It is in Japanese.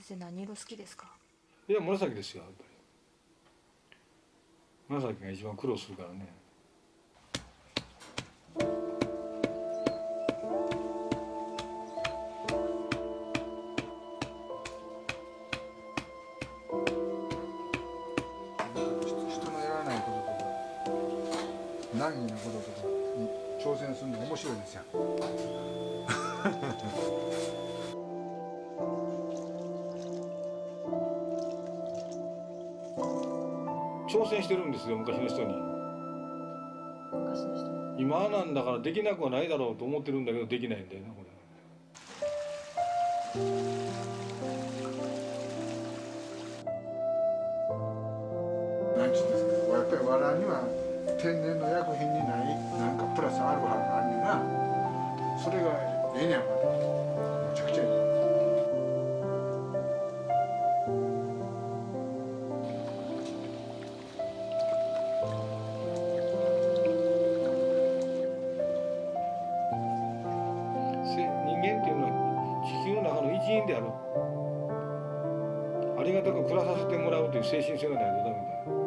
生何色好きですか？ いや、紫ですよ、やっぱり。紫が一番苦労するからね。 人のやらないこととか難儀なこととかに挑戦するの面白いですよ。 挑戦してるんですよ、昔の人に。 昔の人に。 今なんだからできなくはないだろうと思ってるんだけど、できないんだよね、これ。 なんちゅうんですか、やっぱり藁には天然の薬品にないなんかプラスアルファがあんねんな。それがええねやんか。むちゃくちゃええ。 人間っていうのは地球の中の一員である。ありがたく暮らさせてもらうという精神性がないとダメだよ。